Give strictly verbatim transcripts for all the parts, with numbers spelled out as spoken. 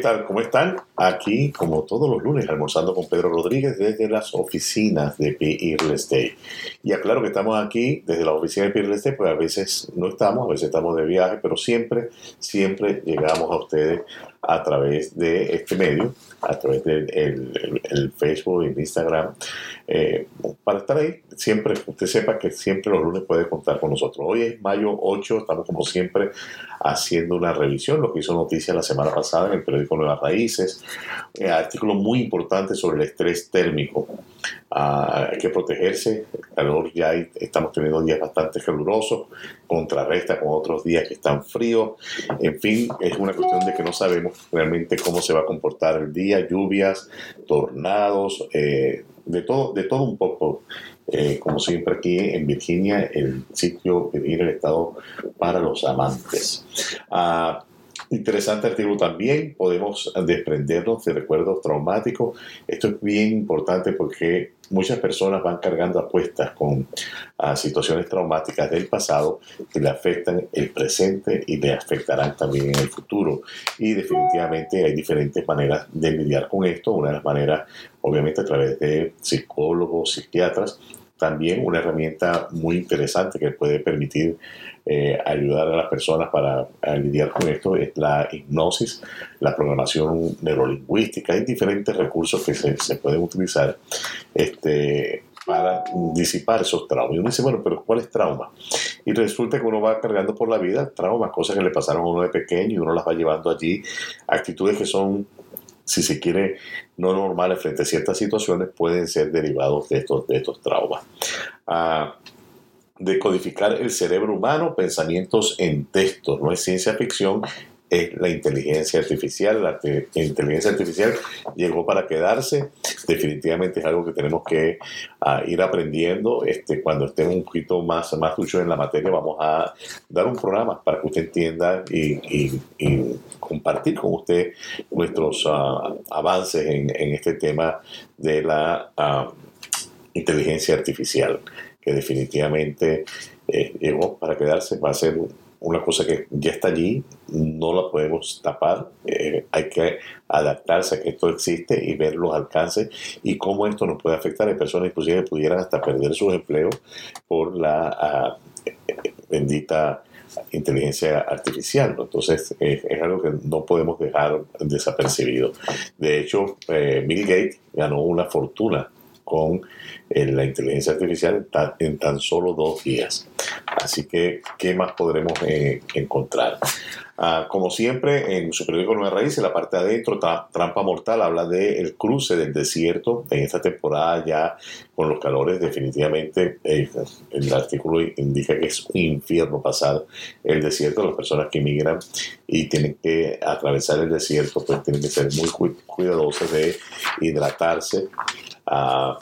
tal? ¿Cómo están? Aquí, como todos los lunes, almorzando con Pedro Rodríguez desde las oficinas de P I Real Estate. Y aclaro que estamos aquí desde la oficina de P I Real Estate, pues a veces no estamos, a veces estamos de viaje, pero siempre, siempre llegamos a ustedes a través de este medio, a través del el, el, el Facebook y el Instagram, eh, para estar ahí. Siempre, usted sepa que siempre los lunes puede contar con nosotros. Hoy es mayo ocho, estamos como siempre haciendo una revisión, lo que hizo noticia la semana pasada en el periódico Nuevas Raíces, eh, artículo muy importante sobre el estrés térmico. Uh, hay que protegerse, el calor ya hay, estamos teniendo días bastante calurosos, contrarresta con otros días que están fríos, en fin, es una cuestión de que no sabemos realmente cómo se va a comportar el día, lluvias, tornados, eh, de todo, de todo un poco. Eh, como siempre aquí en Virginia, el sitio Virginia, el estado para los amantes. Uh, Interesante artículo también. Podemos desprendernos de recuerdos traumáticos. Esto es bien importante porque muchas personas van cargando apuestas con uh, situaciones traumáticas del pasado que le afectan el presente y le afectarán también en el futuro. Y definitivamente hay diferentes maneras de lidiar con esto. Una de las maneras, obviamente, a través de psicólogos, psiquiatras. También una herramienta muy interesante que puede permitir eh, ayudar a las personas para a lidiar con esto es la hipnosis, la programación neurolingüística. Hay diferentes recursos que se, se pueden utilizar este, para disipar esos traumas. Y uno dice, bueno, pero ¿cuál es trauma? Y resulta que uno va cargando por la vida traumas, cosas que le pasaron a uno de pequeño y uno las va llevando allí, actitudes que son, si se quiere, no normales frente a ciertas situaciones, pueden ser derivados de estos, de estos traumas. Uh, decodificar el cerebro humano, pensamientos en textos, no es ciencia ficción, es la inteligencia artificial. La te- inteligencia artificial llegó para quedarse. Definitivamente es algo que tenemos que uh, ir aprendiendo. Este, cuando estemos un poquito más, más duchos en la materia, vamos a dar un programa para que usted entienda y, y, y compartir con usted nuestros uh, avances en, en este tema de la uh, inteligencia artificial, que definitivamente eh, llegó para quedarse. Va a ser una cosa que ya está allí, no la podemos tapar, eh, hay que adaptarse a que esto existe y ver los alcances y cómo esto nos puede afectar. Hay personas inclusive que pudieran hasta perder sus empleos por la uh, bendita inteligencia artificial, ¿no? Entonces eh, es algo que no podemos dejar desapercibido. De hecho, eh, Bill Gates ganó una fortuna con eh, la inteligencia artificial en tan, en tan solo dos días. Así que, ¿qué más podremos eh, encontrar? Uh, como siempre, en su periódico Nueva Raíz, en la parte de adentro, tra- Trampa Mortal habla del cruce del desierto en esta temporada ya con los calores. Definitivamente, eh, el artículo indica que es un infierno pasar el desierto. Las personas que emigran y tienen que atravesar el desierto, pues tienen que ser muy cu- cuidadosos de hidratarse. Uh,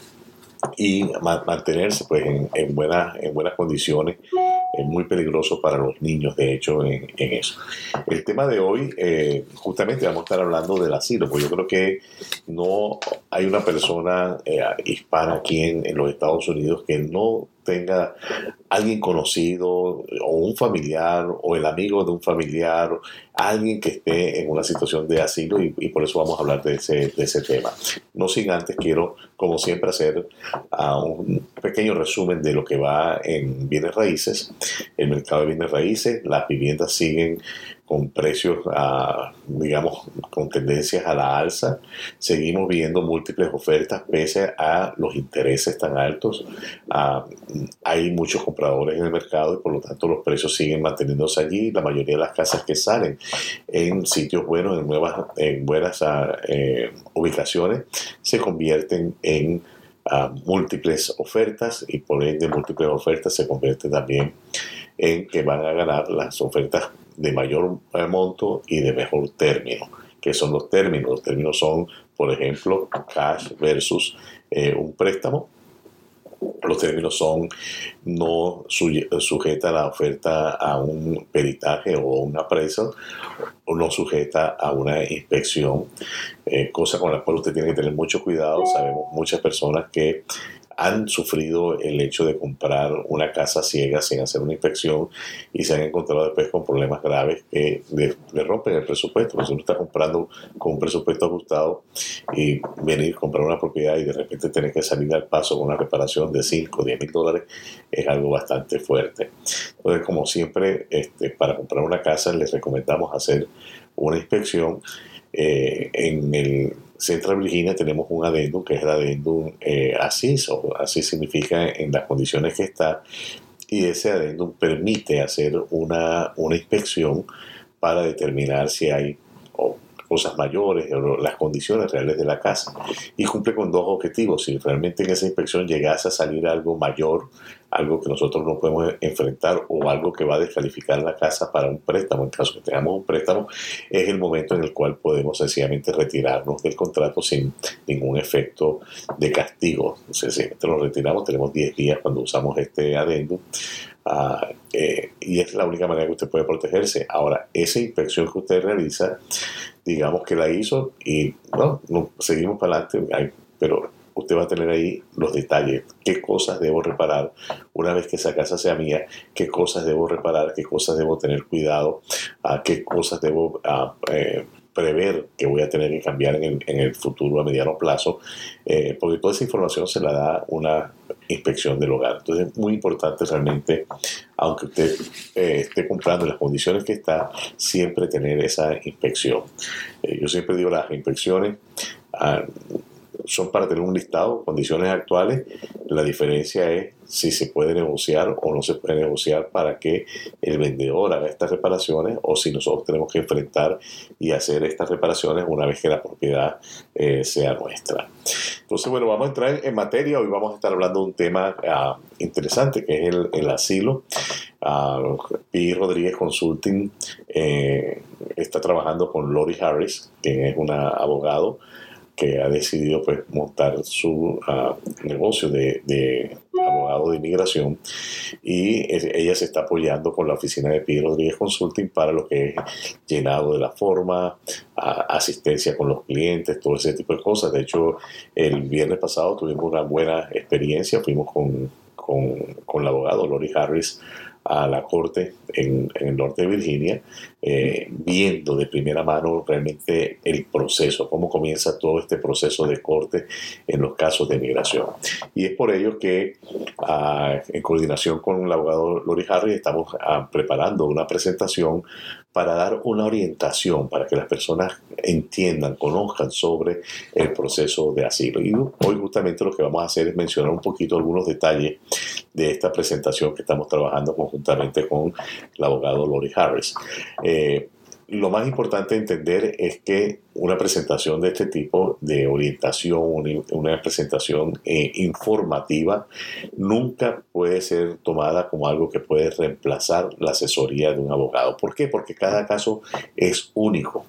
y ma- mantenerse pues en, en, buenas, en buenas condiciones. Es muy peligroso para los niños, de hecho, en, en eso. El tema de hoy, eh, justamente vamos a estar hablando del asilo, porque yo creo que no hay una persona eh, hispana aquí en, en los Estados Unidos que no tenga alguien conocido o un familiar o el amigo de un familiar, alguien que esté en una situación de asilo, y, y por eso vamos a hablar de ese, de ese tema. No sin antes quiero, como siempre, hacer uh, un pequeño resumen de lo que va en bienes raíces. El mercado de bienes raíces, las viviendas siguen con precios, uh, digamos, con tendencias a la alza. Seguimos viendo múltiples ofertas pese a los intereses tan altos. Uh, hay muchos compradores en el mercado y por lo tanto los precios siguen manteniéndose allí. La mayoría de las casas que salen en sitios buenos, en, nuevas, en buenas uh, eh, ubicaciones, se convierten en uh, múltiples ofertas, y por ende múltiples ofertas se convierten también en que van a ganar las ofertas de mayor monto y de mejor término. ¿Qué son los términos? Los términos son, por ejemplo, cash versus eh, un préstamo. Los términos son no sujeta la oferta a un peritaje o un appraisal, o no sujeta a una inspección, eh, cosa con la cual usted tiene que tener mucho cuidado. Sabemos muchas personas que han sufrido el hecho de comprar una casa ciega sin hacer una inspección y se han encontrado después con problemas graves que le, le rompen el presupuesto. Porque si uno está comprando con un presupuesto ajustado y venir a comprar una propiedad y de repente tener que salir al paso con una reparación de cinco o diez mil dólares es algo bastante fuerte. Entonces, como siempre, este, para comprar una casa les recomendamos hacer una inspección. Eh, en el Central Virginia tenemos un adendum que es el adendum eh, ASIS, o así significa en las condiciones que está, y ese adendum permite hacer una, una inspección para determinar si hay o, cosas mayores o las condiciones reales de la casa, y cumple con dos objetivos. Si realmente en esa inspección llegase a salir algo mayor, algo que nosotros no podemos enfrentar o algo que va a descalificar la casa para un préstamo, en caso que tengamos un préstamo, es el momento en el cual podemos sencillamente retirarnos del contrato sin ningún efecto de castigo. O sea, si nos retiramos, tenemos diez días cuando usamos este adendum. Uh, eh, y es la única manera que usted puede protegerse. Ahora, esa inspección que usted realiza, digamos que la hizo y no, no seguimos para adelante, pero usted va a tener ahí los detalles, qué cosas debo reparar una vez que esa casa sea mía, qué cosas debo reparar, qué cosas debo tener cuidado, uh, qué cosas debo uh, eh, prever que voy a tener que cambiar en el, en el futuro a mediano plazo, eh, porque toda esa información se la da una inspección del hogar. Entonces es muy importante realmente, aunque usted eh, esté comprando en las condiciones que está, siempre tener esa inspección. Eh, yo siempre digo, las inspecciones uh, son para tener un listado, condiciones actuales. La diferencia es si se puede negociar o no se puede negociar para que el vendedor haga estas reparaciones, o si nosotros tenemos que enfrentar y hacer estas reparaciones una vez que la propiedad eh, sea nuestra. Entonces, bueno, vamos a entrar en materia. Hoy vamos a estar hablando de un tema uh, interesante, que es el, el asilo. Uh, P I Rodríguez Consulting eh, está trabajando con Lori Harris, que es una abogado que ha decidido pues montar su uh, negocio de, de abogado de inmigración, y es, ella se está apoyando con la oficina de P I Rodríguez Consulting para lo que es llenado de la forma, uh, asistencia con los clientes, todo ese tipo de cosas. De hecho, el viernes pasado tuvimos una buena experiencia. Fuimos con, con, con la abogada Lori Harris a la corte en, en el norte de Virginia, eh, viendo de primera mano realmente el proceso, cómo comienza todo este proceso de corte en los casos de migración. Y es por ello que uh, en coordinación con el abogado Lori Harris estamos uh, preparando una presentación para dar una orientación, para que las personas entiendan, conozcan sobre el proceso de asilo. Y hoy justamente lo que vamos a hacer es mencionar un poquito algunos detalles de esta presentación que estamos trabajando conjuntamente con el abogado Lori Harris. Eh, lo más importante entender es que una presentación de este tipo de orientación, una, una presentación eh, informativa, nunca puede ser tomada como algo que puede reemplazar la asesoría de un abogado. ¿Por qué? Porque cada caso es único,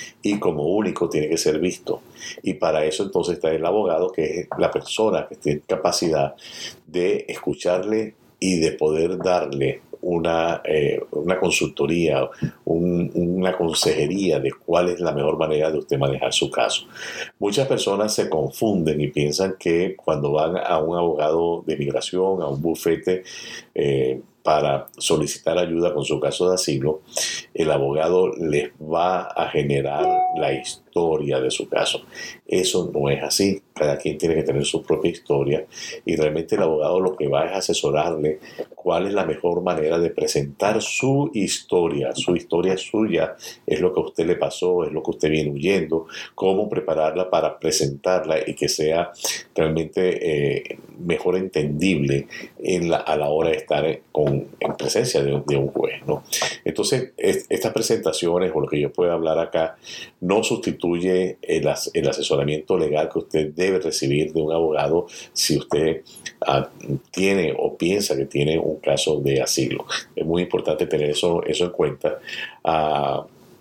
y como único tiene que ser visto. Y para eso entonces está el abogado, que es la persona que tiene capacidad de escucharle y de poder darle una, eh, una consultoría, un, una consejería de cuál es la mejor manera de usted manejar su caso. Muchas personas se confunden y piensan que cuando van a un abogado de migración, a un bufete, eh, para solicitar ayuda con su caso de asilo, el abogado les va a generar la historia de su caso. Eso no es así. Cada quien tiene que tener su propia historia, y realmente el abogado lo que va es asesorarle cuál es la mejor manera de presentar su historia. Su historia es suya, es lo que a usted le pasó, es lo que usted viene huyendo, cómo prepararla para presentarla y que sea realmente eh, mejor entendible en la, a la hora de estar con, en presencia de, de un juez, ¿no? Entonces, es, estas presentaciones o lo que yo pueda hablar acá no sustituye el, el asesoramiento legal que usted debe recibir de un abogado si usted uh, tiene o piensa que tiene un caso de asilo. Es muy importante tener eso, eso en cuenta. Uh,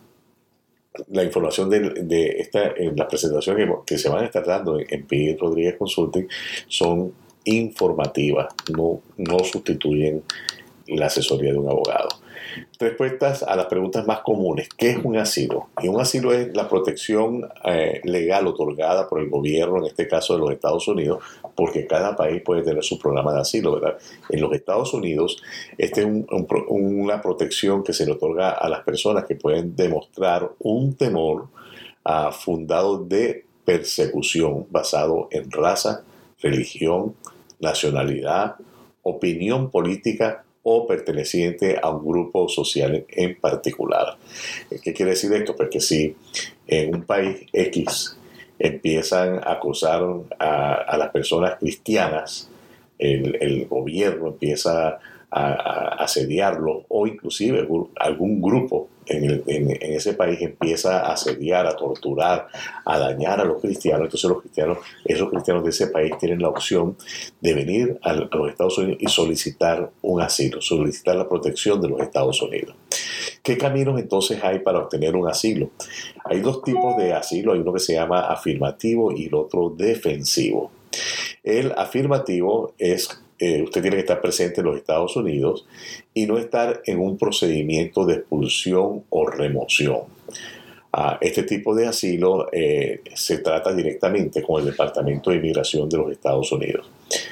la información de, de esta, en las presentaciones que, que se van a estar dando en, en P I Rodríguez Consulting son informativas, no, no sustituyen la asesoría de un abogado. Respuestas a las preguntas más comunes. ¿Qué es un asilo? Y un asilo es la protección eh, legal otorgada por el gobierno, en este caso de los Estados Unidos, porque cada país puede tener su programa de asilo, ¿verdad? En los Estados Unidos, esta es un, un, una protección que se le otorga a las personas que pueden demostrar un temor uh, fundado de persecución basado en raza, religión, nacionalidad, opinión política o perteneciente a un grupo social en particular. ¿Qué quiere decir esto? Pues que si en un país X empiezan a acosar a, a las personas cristianas, el, el gobierno empieza a, a asediarlos, o inclusive algún grupo en, el, en, en ese país empieza a asediar, a torturar, a dañar a los cristianos, entonces los cristianos, esos cristianos de ese país tienen la opción de venir a, a los Estados Unidos y solicitar un asilo, solicitar la protección de los Estados Unidos. ¿Qué caminos entonces hay para obtener un asilo? Hay dos tipos de asilo, hay uno que se llama afirmativo y el otro defensivo. El afirmativo es, eh, usted tiene que estar presente en los Estados Unidos y no estar en un procedimiento de expulsión o remoción. Uh, este tipo de asilo eh, se trata directamente con el Departamento de Inmigración de los Estados Unidos.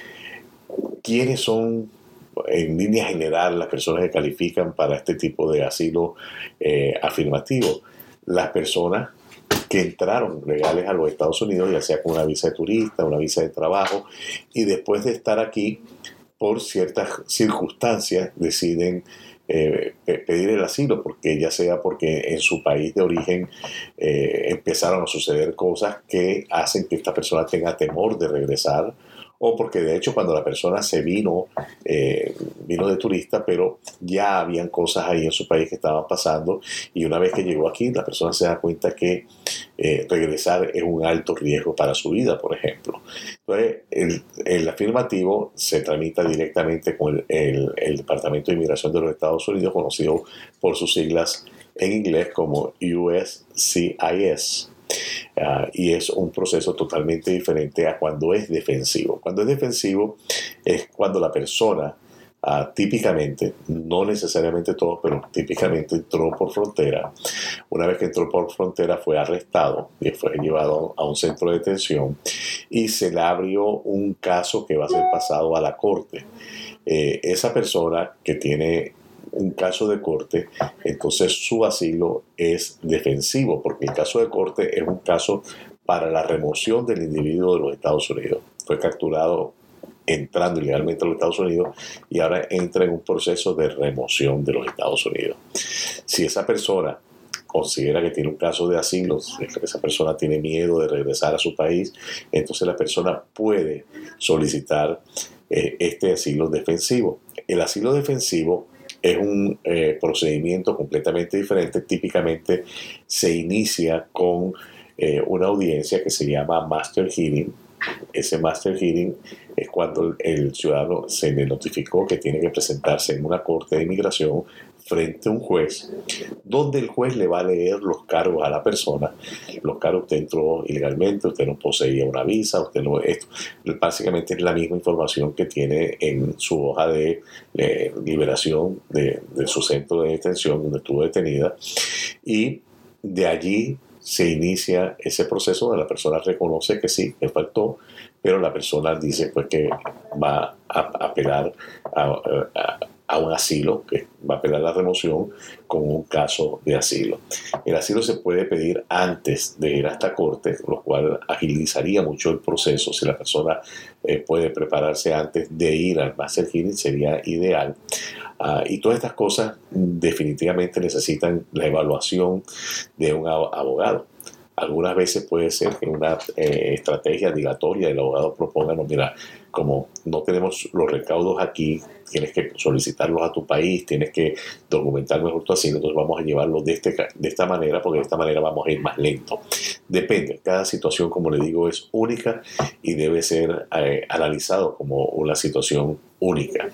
¿Quiénes son, en línea general, las personas que califican para este tipo de asilo eh, afirmativo? Las personas que entraron legales a los Estados Unidos, ya sea con una visa de turista, una visa de trabajo, y después de estar aquí, por ciertas circunstancias, deciden eh, pedir el asilo, porque ya sea porque en su país de origen eh, empezaron a suceder cosas que hacen que esta persona tenga temor de regresar, o porque de hecho cuando la persona se vino, eh, vino de turista, pero ya habían cosas ahí en su país que estaban pasando, y una vez que llegó aquí, la persona se da cuenta que eh, regresar es un alto riesgo para su vida, por ejemplo. Entonces, el, el afirmativo se tramita directamente con el, el, el Departamento de Inmigración de los Estados Unidos, conocido por sus siglas en inglés como U S C I S. Uh, y es un proceso totalmente diferente a cuando es defensivo. Cuando es defensivo es cuando la persona uh, típicamente, no necesariamente todos, pero típicamente entró por frontera. Una vez que entró por frontera fue arrestado y fue llevado a un centro de detención y se le abrió un caso que va a ser pasado a la corte. Eh, esa persona que tiene un caso de corte, entonces su asilo es defensivo, porque el caso de corte es un caso para la remoción del individuo de los Estados Unidos. Fue capturado entrando ilegalmente a los Estados Unidos y ahora entra en un proceso de remoción de los Estados Unidos. Si esa persona considera que tiene un caso de asilo, si esa persona tiene miedo de regresar a su país, entonces la persona puede solicitar eh, este asilo defensivo. El asilo defensivo es un eh, procedimiento completamente diferente. Típicamente se inicia con eh, una audiencia que se llama Master Hearing. Ese Master Hearing es cuando el ciudadano se le notificó que tiene que presentarse en una corte de inmigración frente a un juez, donde el juez le va a leer los cargos a la persona. Los cargos: usted entró ilegalmente, usted no poseía una visa, usted no esto. Básicamente es la misma información que tiene en su hoja de eh, liberación de, de su centro de detención donde estuvo detenida, y de allí se inicia ese proceso donde la persona reconoce que sí, que faltó, pero la persona dice pues que va a apelar a, a, a un asilo, que va a apelar la remoción con un caso de asilo. El asilo se puede pedir antes de ir a esta corte, lo cual agilizaría mucho el proceso. Si la persona eh, puede prepararse antes de ir al Master Hearing, sería ideal. Uh, y todas estas cosas definitivamente necesitan la evaluación de un abogado. Algunas veces puede ser que una eh, estrategia dilatoria del abogado proponga: no, mira, como no tenemos los recaudos aquí, tienes que solicitarlos a tu país, tienes que documentar mejor tu asilo, entonces vamos a llevarlo de, este, de esta manera, porque de esta manera vamos a ir más lento. Depende, cada situación, como le digo, es única y debe ser eh, analizado como una situación única.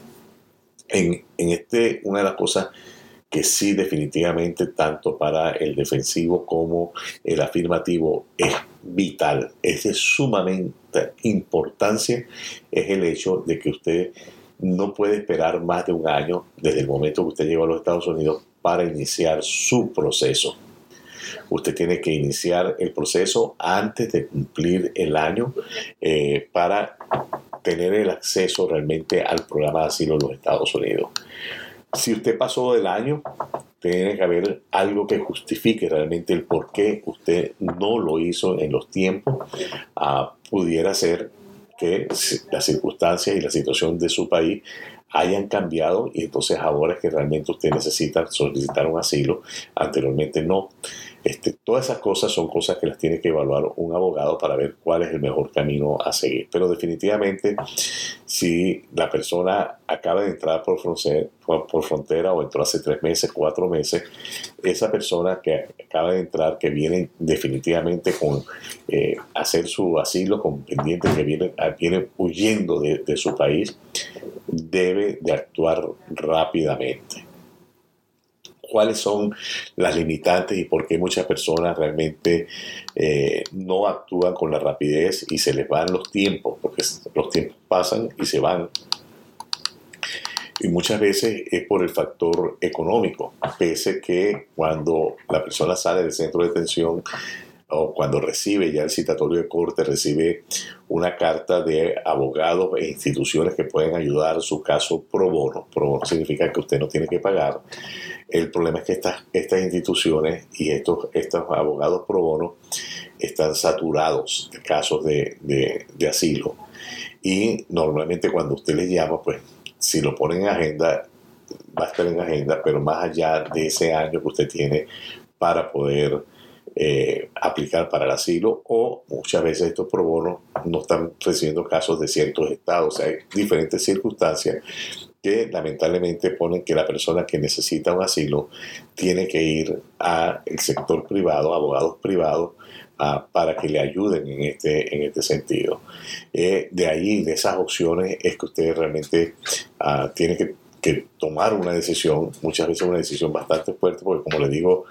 En, en este, una de las cosas que sí definitivamente tanto para el defensivo como el afirmativo es vital, es de sumamente importancia, es el hecho de que usted no puede esperar más de un año desde el momento que usted llegó a los Estados Unidos para iniciar su proceso. Usted tiene que iniciar el proceso antes de cumplir el año eh, para tener el acceso realmente al programa de asilo de los Estados Unidos. Si usted pasó del año, tiene que haber algo que justifique realmente el por qué usted no lo hizo en los tiempos. Uh, pudiera ser que las circunstancias y la situación de su país hayan cambiado y entonces ahora es que realmente usted necesita solicitar un asilo. Anteriormente no. Este, todas esas cosas son cosas que las tiene que evaluar un abogado para ver cuál es el mejor camino a seguir. Pero definitivamente, si la persona acaba de entrar por frontera, por frontera o entró hace tres meses, cuatro meses, esa persona que acaba de entrar, que viene definitivamente con eh, hacer su asilo, con pendientes que viene, viene huyendo de, de su país, debe de actuar rápidamente. ¿Cuáles son las limitantes y por qué muchas personas realmente eh, no actúan con la rapidez y se les van los tiempos? Porque los tiempos pasan y se van. Y muchas veces es por el factor económico, pese que cuando la persona sale del centro de detención o cuando recibe ya el citatorio de corte, recibe una carta de abogados e instituciones que pueden ayudar a su caso pro bono. Pro bono significa que usted no tiene que pagar. El problema es que estas, estas instituciones y estos, estos abogados pro bono están saturados de casos de, de, de asilo. Y normalmente cuando usted les llama, pues si lo ponen en agenda, va a estar en agenda, pero más allá de ese año que usted tiene para poder eh, aplicar para el asilo, o muchas veces estos pro bono no están recibiendo casos de ciertos estados. O sea, hay diferentes circunstancias que lamentablemente ponen que la persona que necesita un asilo tiene que ir al sector privado, abogados privados, uh, para que le ayuden en este, en este sentido. Eh, de ahí, de esas opciones, es que usted realmente uh, tiene que, que tomar una decisión, muchas veces una decisión bastante fuerte, porque como le digo,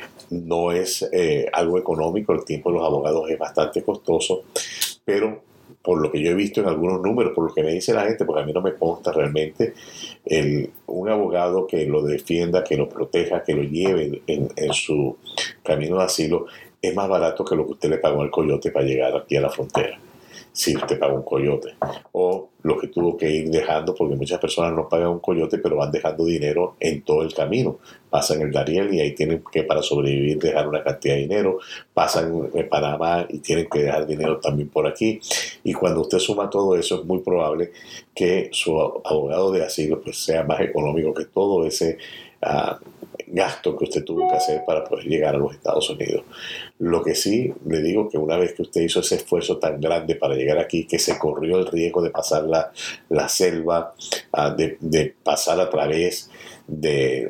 no es eh, algo económico, el tiempo de los abogados es bastante costoso, pero por lo que yo he visto en algunos números, por lo que me dice la gente, porque a mí no me consta realmente, el, un abogado que lo defienda, que lo proteja, que lo lleve en, en su camino de asilo, es más barato que lo que usted le pagó al coyote para llegar aquí a la frontera. Si usted paga un coyote, o lo que tuvo que ir dejando, porque muchas personas no pagan un coyote, pero van dejando dinero en todo el camino. Pasan el Darién y ahí tienen que, para sobrevivir, dejar una cantidad de dinero. Pasan en Panamá y tienen que dejar dinero también por aquí. Y cuando usted suma todo eso, es muy probable que su abogado de asilo pues, sea más económico que todo ese uh, gasto que usted tuvo que hacer para poder llegar a los Estados Unidos. Lo que sí le digo que una vez que usted hizo ese esfuerzo tan grande para llegar aquí, que se corrió el riesgo de pasar la, la selva, uh, de, de pasar a través de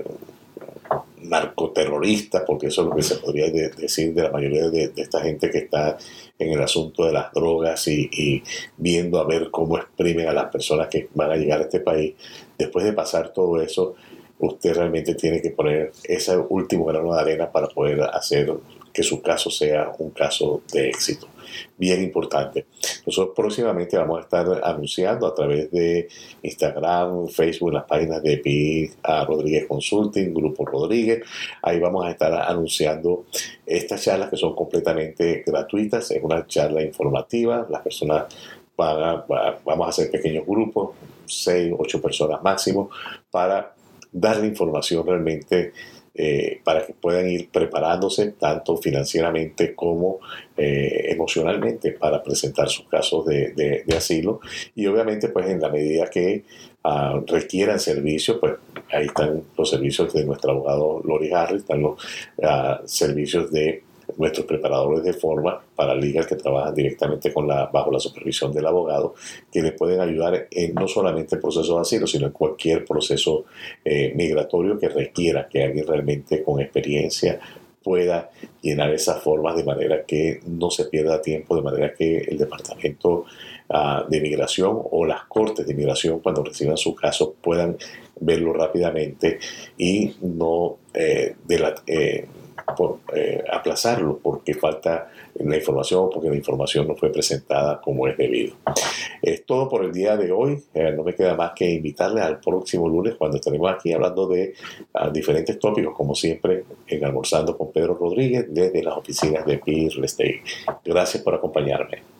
narcoterroristas, porque eso es lo que se podría de, decir de la mayoría de, de esta gente que está en el asunto de las drogas y, y viendo a ver cómo exprimen a las personas que van a llegar a este país. Después de pasar todo eso, usted realmente tiene que poner ese último grano de arena para poder hacer que su caso sea un caso de éxito. Bien importante. Nosotros próximamente vamos a estar anunciando a través de Instagram, Facebook, las páginas de P I Rodríguez Consulting, Grupo Rodríguez. Ahí vamos a estar anunciando estas charlas que son completamente gratuitas. Es una charla informativa. Las personas van a, vamos a hacer pequeños grupos, seis, ocho personas máximo, para darle información realmente eh, para que puedan ir preparándose tanto financieramente como eh, emocionalmente para presentar sus casos de, de, de asilo. Y obviamente pues en la medida que uh, requieran servicios, pues ahí están los servicios de nuestro abogado Lori Harris, están los uh, servicios de nuestros preparadores de forma paralegal que trabajan directamente con la, bajo la supervisión del abogado, que le pueden ayudar en no solamente el proceso de asilo, sino en cualquier proceso eh, migratorio que requiera que alguien realmente con experiencia pueda llenar esas formas de manera que no se pierda tiempo, de manera que el Departamento uh, de Migración o las Cortes de Migración, cuando reciban su caso, puedan verlo rápidamente y no eh, de la, eh, por, eh, aplazarlo porque falta la información, porque la información no fue presentada como es debido. Es todo por el día de hoy. Eh, no me queda más que invitarles al próximo lunes cuando estaremos aquí hablando de uh, diferentes tópicos, como siempre, en Almorzando con Pedro Rodríguez desde las oficinas de P I R Real Estate. Gracias por acompañarme.